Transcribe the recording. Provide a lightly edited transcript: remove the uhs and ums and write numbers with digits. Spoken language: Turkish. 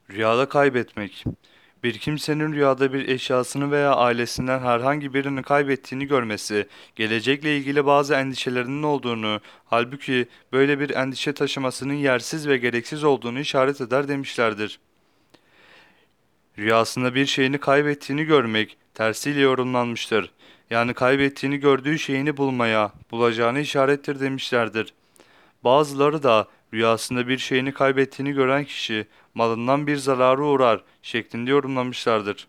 Rüyada kaybetmek. Bir kimsenin rüyada bir eşyasını veya ailesinden herhangi birini kaybettiğini görmesi, gelecekle ilgili bazı endişelerinin olduğunu, halbuki böyle bir endişe taşımasının yersiz ve gereksiz olduğunu işaret eder demişlerdir. Rüyasında bir şeyini kaybettiğini görmek tersiyle yorumlanmıştır. Yani kaybettiğini gördüğü şeyini bulacağını işarettir demişlerdir. Bazıları da rüyasında bir şeyini kaybettiğini gören kişi malından bir zararı uğrar şeklinde yorumlamışlardır.